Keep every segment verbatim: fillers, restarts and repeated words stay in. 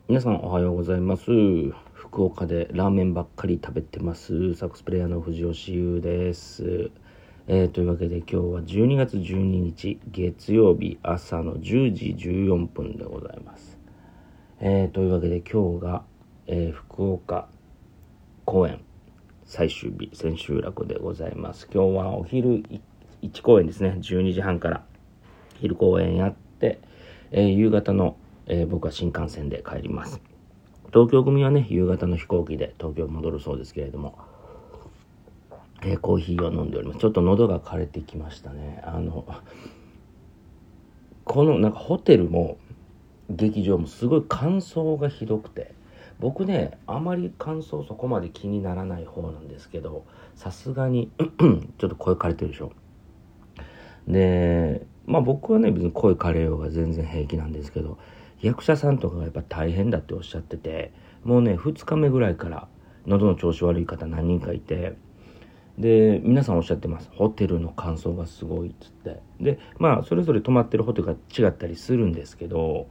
皆さんおはようございます。福岡でラーメンばっかり食べてますサックスプレイヤーの藤吉優です。えー、というわけで今日はじゅうにがつじゅうににち月曜日朝のじゅうじじゅうよんぷんでございます。えー、というわけで今日が、えー、福岡公演最終日千秋楽でございます。今日はお昼いち公演ですね。じゅうにじはんから昼公演やって、えー、夕方のえー、僕は新幹線で帰ります。東京組はね夕方の飛行機で東京戻るそうですけれども、えー、コーヒーを飲んでおります。ちょっと喉が枯れてきましたね。あのこのなんかホテルも劇場もすごい乾燥がひどくて、僕ねあまり乾燥そこまで気にならない方なんですけど、さすがにちょっと声枯れてるでしょ。でまあ僕はね別に声枯れようが全然平気なんですけど、役者さんとかがやっぱ大変だっておっしゃってて、もうねふつかめぐらいから喉の調子悪い方何人かいて、で皆さんおっしゃってます。ホテルの乾燥がすごいっつって。でまあそれぞれ泊まってるホテルが違ったりするんですけど、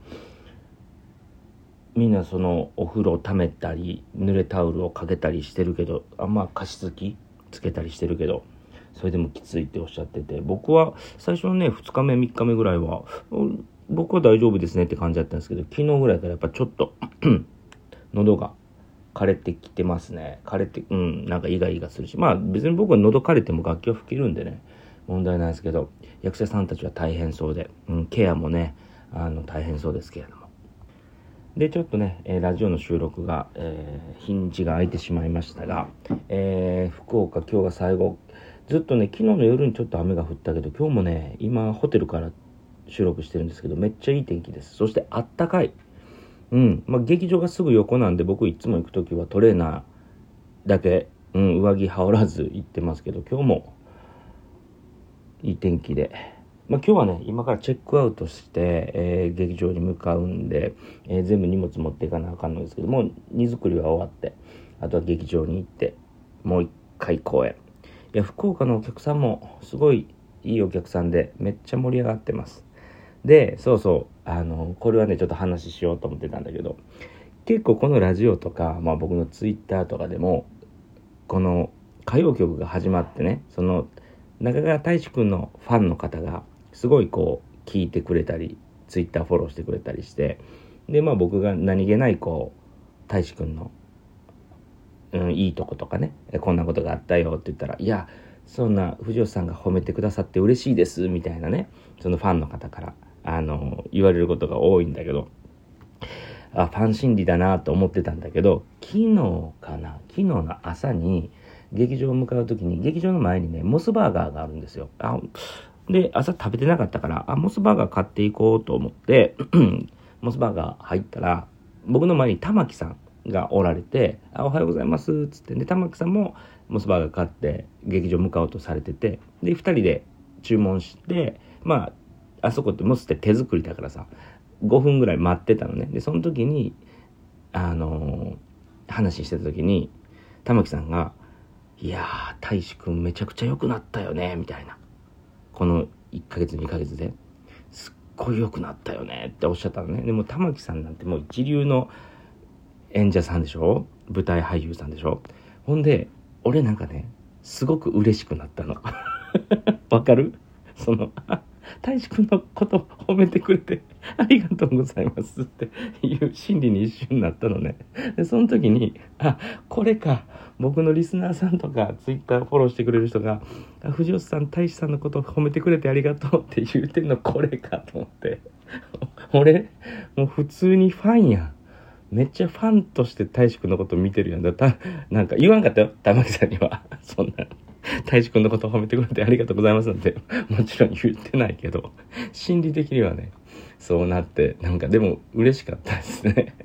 みんなそのお風呂を溜めたり濡れタオルをかけたりしてるけど、あんま加湿器つけたりしてるけどそれでもきついっておっしゃってて、僕は最初のねふつかめみっかめぐらいは僕は大丈夫ですねって感じだったんですけど、昨日ぐらいからやっぱちょっと喉が枯れてきてますね。枯れてうんなんかイガイガするし、まあ別に僕は喉枯れても楽器は吹けるんでね問題ないですけど、役者さんたちは大変そうで、うん、ケアもねあの大変そうですけれども、でちょっとね、えー、ラジオの収録が、えー、日にちが空いてしまいましたが、えー、福岡今日が最後。ずっとね昨日の夜にちょっと雨が降ったけど、今日もね今ホテルから収録してるんですけどめっちゃいい天気です。そしてあったかい。うんまあ劇場がすぐ横なんで、僕いつも行く時はトレーナーだけ、うん、上着羽織らず行ってますけど、今日もいい天気で、まあ、今日はね今からチェックアウトして、えー、劇場に向かうんで、えー、全部荷物持っていかなあかんのですけど、もう荷造りは終わって、あとは劇場に行ってもう一回公演。いや福岡のお客さんもすごいいいお客さんでめっちゃ盛り上がってます。でそうそうあのこれはねちょっと話しようと思ってたんだけど、結構このラジオとか、まあ、僕のツイッターとかでもこの歌謡曲が始まってね、その中川大志くんのファンの方がすごいこう聞いてくれたりツイッターフォローしてくれたりして、でまあ僕が何気ないこう大志くんの、うん、いいとことかね、こんなことがあったよって言ったら、いやそんな藤吉さんが褒めてくださって嬉しいですみたいなね、そのファンの方からあの言われることが多いんだけど、あファン心理だなと思ってたんだけど、昨日かな昨日の朝に劇場を向かう時に劇場の前にねモスバーガーがあるんですよ。あで朝食べてなかったから、あモスバーガー買っていこうと思ってモスバーガー入ったら、僕の前に玉木さんがおられて、あおはようございますっつって、で玉木さんもモスバーガー買って劇場向かおうとされてて、でふたりで注文して、まああそこってモスって手作りだからさごふんぐらい待ってたのね。でその時にあのー、話してた時に玉木さんがいやー大志くんめちゃくちゃ良くなったよねみたいな、このいっかげつにかげつですっごい良くなったよねっておっしゃったのね。でも玉木さんなんてもう一流の演者さんでしょ、舞台俳優さんでしょ。ほんで俺なんかねすごく嬉しくなったのわかる？その大志くんのことを褒めてくれてありがとうございますっていう心理に一瞬なったのね。でその時にあこれか、僕のリスナーさんとかツイッターフォローしてくれる人が藤吉さん大志さんのことを褒めてくれてありがとうって言うてんのこれかと思って俺もう普通にファンやん。めっちゃファンとして大志くんのこと見てるやん。だたなんか言わんかったよ玉木さんにはそんな大志くんのことを褒めてくれてありがとうございますなんてもちろん言ってないけど、心理的にはねそうなって、なんかでも嬉しかったですね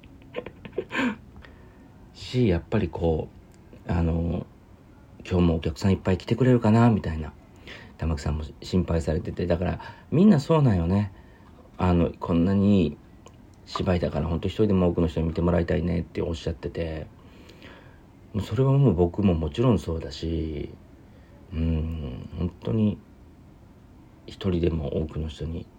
し、やっぱりこうあの今日もお客さんいっぱい来てくれるかなみたいな玉木さんも心配されてて、だからみんなそうなんよね。あのこんなに芝居だから本当一人でも多くの人に見てもらいたいねっておっしゃってて、それはもう僕ももちろんそうだし、うん本当に一人でも多くの人に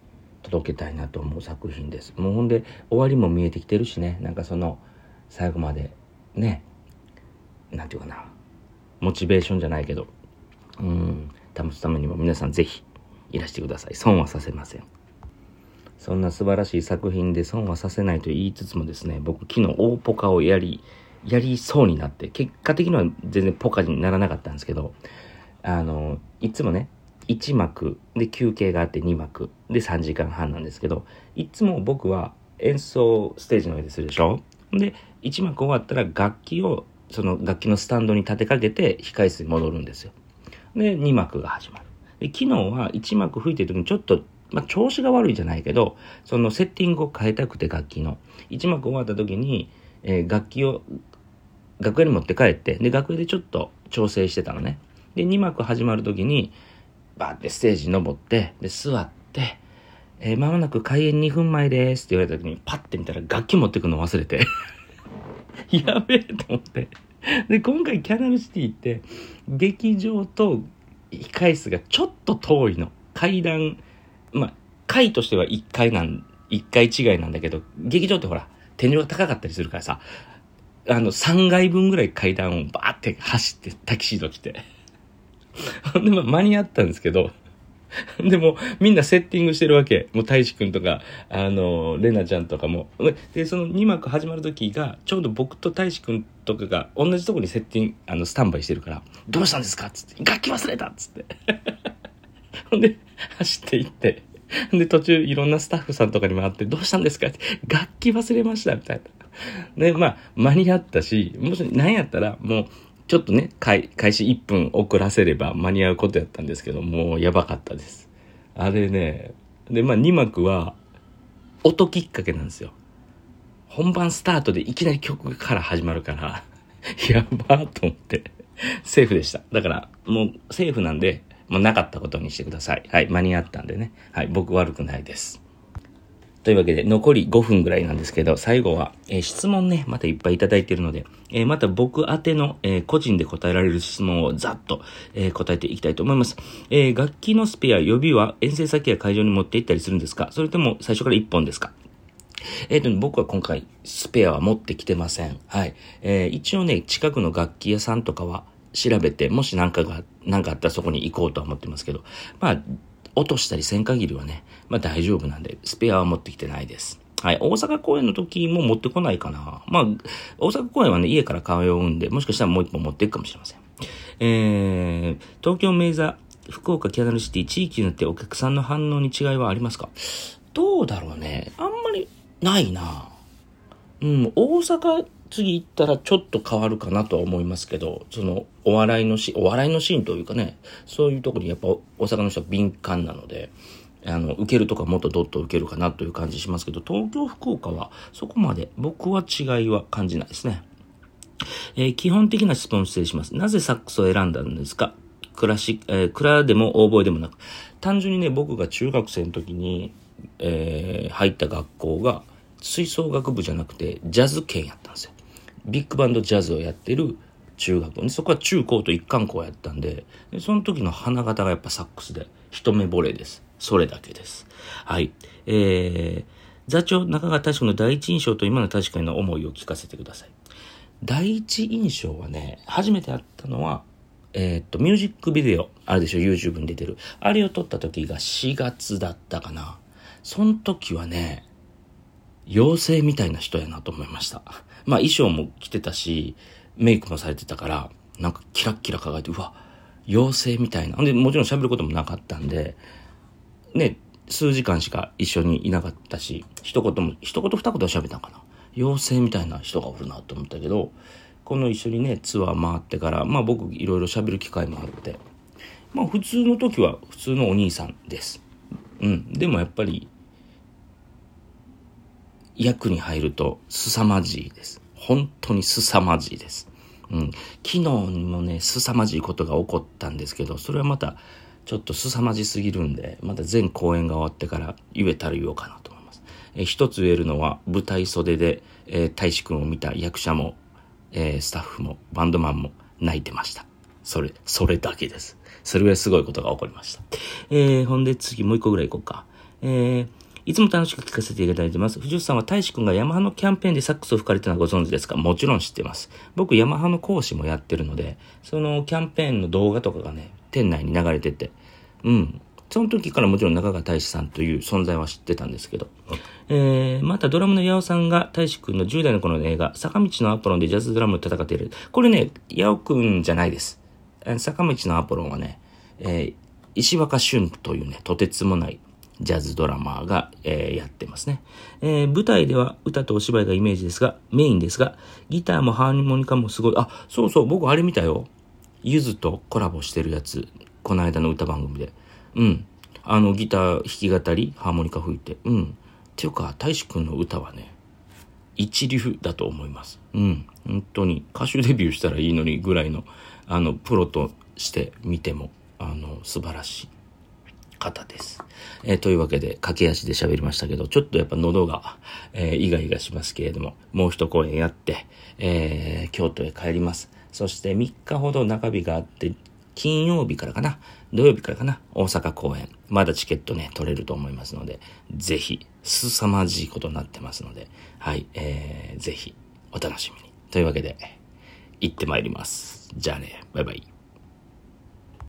届けたいなと思う作品です。もうほんで終わりも見えてきてるしね、なんかその最後までね、なんていうかな、モチベーションじゃないけど、うん保つためにも皆さんぜひいらしてください。損はさせません。そんな素晴らしい作品で損はさせないと言いつつもですね、僕昨日大ポカをやりやりそうになって、結果的には全然ポカにならなかったんですけど、あのいつもねいち幕で休憩があってに幕でさんじかんはんなんですけど、いつも僕は演奏ステージの上でするでしょ。でいち幕終わったら楽器をその楽器のスタンドに立てかけて控室に戻るんですよ。でに幕が始まる。で昨日はいち幕吹いてる時にちょっと、まあ、調子が悪いじゃないけど、そのセッティングを変えたくて、楽器のいち幕終わった時に、えー、楽器を楽屋に持って帰って、で楽屋でちょっと調整してたのね。でに幕始まる時にバーってステージに登って、で座って、えー、間もなく開演にふんまえですって言われた時にパッて見たら楽器持ってくの忘れてやべえと思って、で今回キャナルシティって劇場と控室がちょっと遠いの。階段、まあ階としてはいっかいなんいっかい違いなんだけど、劇場ってほら天井が高かったりするからさ、あのさんがいぶんぐらい階段をバーって走ってタキシード着てで、まあ、間に合ったんですけどでもみんなセッティングしてるわけ。もう大志くんとかあのレナちゃんとかもで、そのに幕始まる時がちょうど僕と大志くんとかが同じとこにセッティングあのスタンバイしてるから、どうしたんですかっつって、楽器忘れたっつってほんで走って行って、で途中いろんなスタッフさんとかにも会って、どうしたんですかって、楽器忘れましたみたいな。でまあ間に合ったし、もし何やったらもうちょっとね開始いっぷん遅らせれば間に合うことやったんですけど、もうやばかったです。あれね。でまあに幕は音きっかけなんですよ。本番スタートでいきなり曲から始まるからやばーと思ってセーフでした。だからもうセーフなんで、もうなかったことにしてください。はい、間に合ったんでね。はい、僕悪くないです。というわけで残りごふんぐらいなんですけど、最後は、えー、質問ねまたいっぱいいただいているので、えー、また僕宛ての、えー、個人で答えられる質問をざっと、えー、答えていきたいと思います。えー、楽器のスペア予備は遠征先や会場に持って行ったりするんですか？それとも最初からいっぽんですか？えーと、僕は今回スペアは持ってきてません。はい。えー、一応ね近くの楽器屋さんとかは調べて、もし何かが何かあったらそこに行こうとは思ってますけど、まあ落としたりせん限りはね、まあ大丈夫なんで、スペアは持ってきてないです。はい。大阪公演の時も持ってこないかな。まあ、大阪公演はね、家から通うんで、もしかしたらもう一本持っていくかもしれません。えー、東京名座、福岡キャナルシティ、地域によってお客さんの反応に違いはありますか？どうだろうね。あんまりないな。うん、大阪次行ったらちょっと変わるかなとは思いますけど、そのお笑いのシーン、お笑いのシーンというかね、そういうところにやっぱ大阪の人は敏感なので、あの受けるとかもっとどっと受けるかなという感じしますけど、東京福岡はそこまで僕は違いは感じないですね。えー、基本的な質問失礼します。なぜサックスを選んだんですか？クラシ、えー、クラでもオーボエでもなく、単純にね、僕が中学生の時に、えー、入った学校が吹奏楽部じゃなくてジャズ系やったんですよ。ビッグバンドジャズをやってる中学校、そこは中高と一貫校やったんで、でその時の花形がやっぱサックスで一目惚れです。それだけです。はい。えー、座長中川大志君の第一印象と今の大志君の思いを聞かせてください。第一印象はね、初めて会ったのは、えー、っと、ミュージックビデオ、あるでしょ、YouTube に出てる。あれを撮った時がしがつだったかな。その時はね、妖精みたいな人やなと思いました。まあ衣装も着てたし、メイクもされてたから、なんかキラッキラ輝いて、うわ、妖精みたいな。で、もちろん喋ることもなかったんで、ね、数時間しか一緒にいなかったし、一言も、一言二言は喋ったんかな。妖精みたいな人がおるなと思ったけど、この一緒にね、ツアー回ってから、まあ僕いろいろ喋る機会もあって、まあ普通の時は普通のお兄さんです。うん。でもやっぱり、役に入ると凄まじいです。本当に凄まじいです。うん。昨日にもね、凄まじいことが起こったんですけど、それはまたちょっと凄まじすぎるんで、また全公演が終わってから言えたら言おうかなと思います。えー、一つ言えるのは、舞台袖で、えー、大志くんを見た役者も、えー、スタッフもバンドマンも泣いてました。それ、それだけです。それぐらいすごいことが起こりました。えー、ほんで次もう一個ぐらい行こうか。えーいつも楽しく聞かせていただいてます。藤吉さんは大志くんがヤマハのキャンペーンでサックスを吹かれてるのはご存知ですか？もちろん知ってます。僕ヤマハの講師もやってるので、そのキャンペーンの動画とかがね、店内に流れてて、うん。その時からもちろん中川大志さんという存在は知ってたんですけど、えー、またドラムの八尾さんが大志くんのじゅう代の頃の映画、坂道のアポロンでジャズドラムを戦っている。これね、八尾くんじゃないです。坂道のアポロンはね、えー、石若俊というね、とてつもないジャズドラマーが、えー、やってますね、えー。舞台では歌とお芝居がイメージですが、メインですが、ギターもハーモニカもすごい。あ、そうそう、僕あれ見たよ。ゆずとコラボしてるやつ。この間の歌番組で。うん。あの、ギター弾き語り、ハーモニカ吹いて。うん。っていうか、大志くんの歌はね、一流だと思います。うん。本当に、歌手デビューしたらいいのにぐらいの、あの、プロとして見ても、あの、素晴らしい方です。えー、というわけで、駆け足で喋りましたけど、ちょっとやっぱ喉が、えー、イガイガしますけれども、もう一公演やって、えー、京都へ帰ります。そしてみっかほど中日があって、金曜日からかな、土曜日からかな、大阪公演。まだチケットね、取れると思いますので、ぜひ、凄まじいことになってますので、はい、えー、ぜひ、お楽しみに。というわけで、行ってまいります。じゃあね、バイバイ。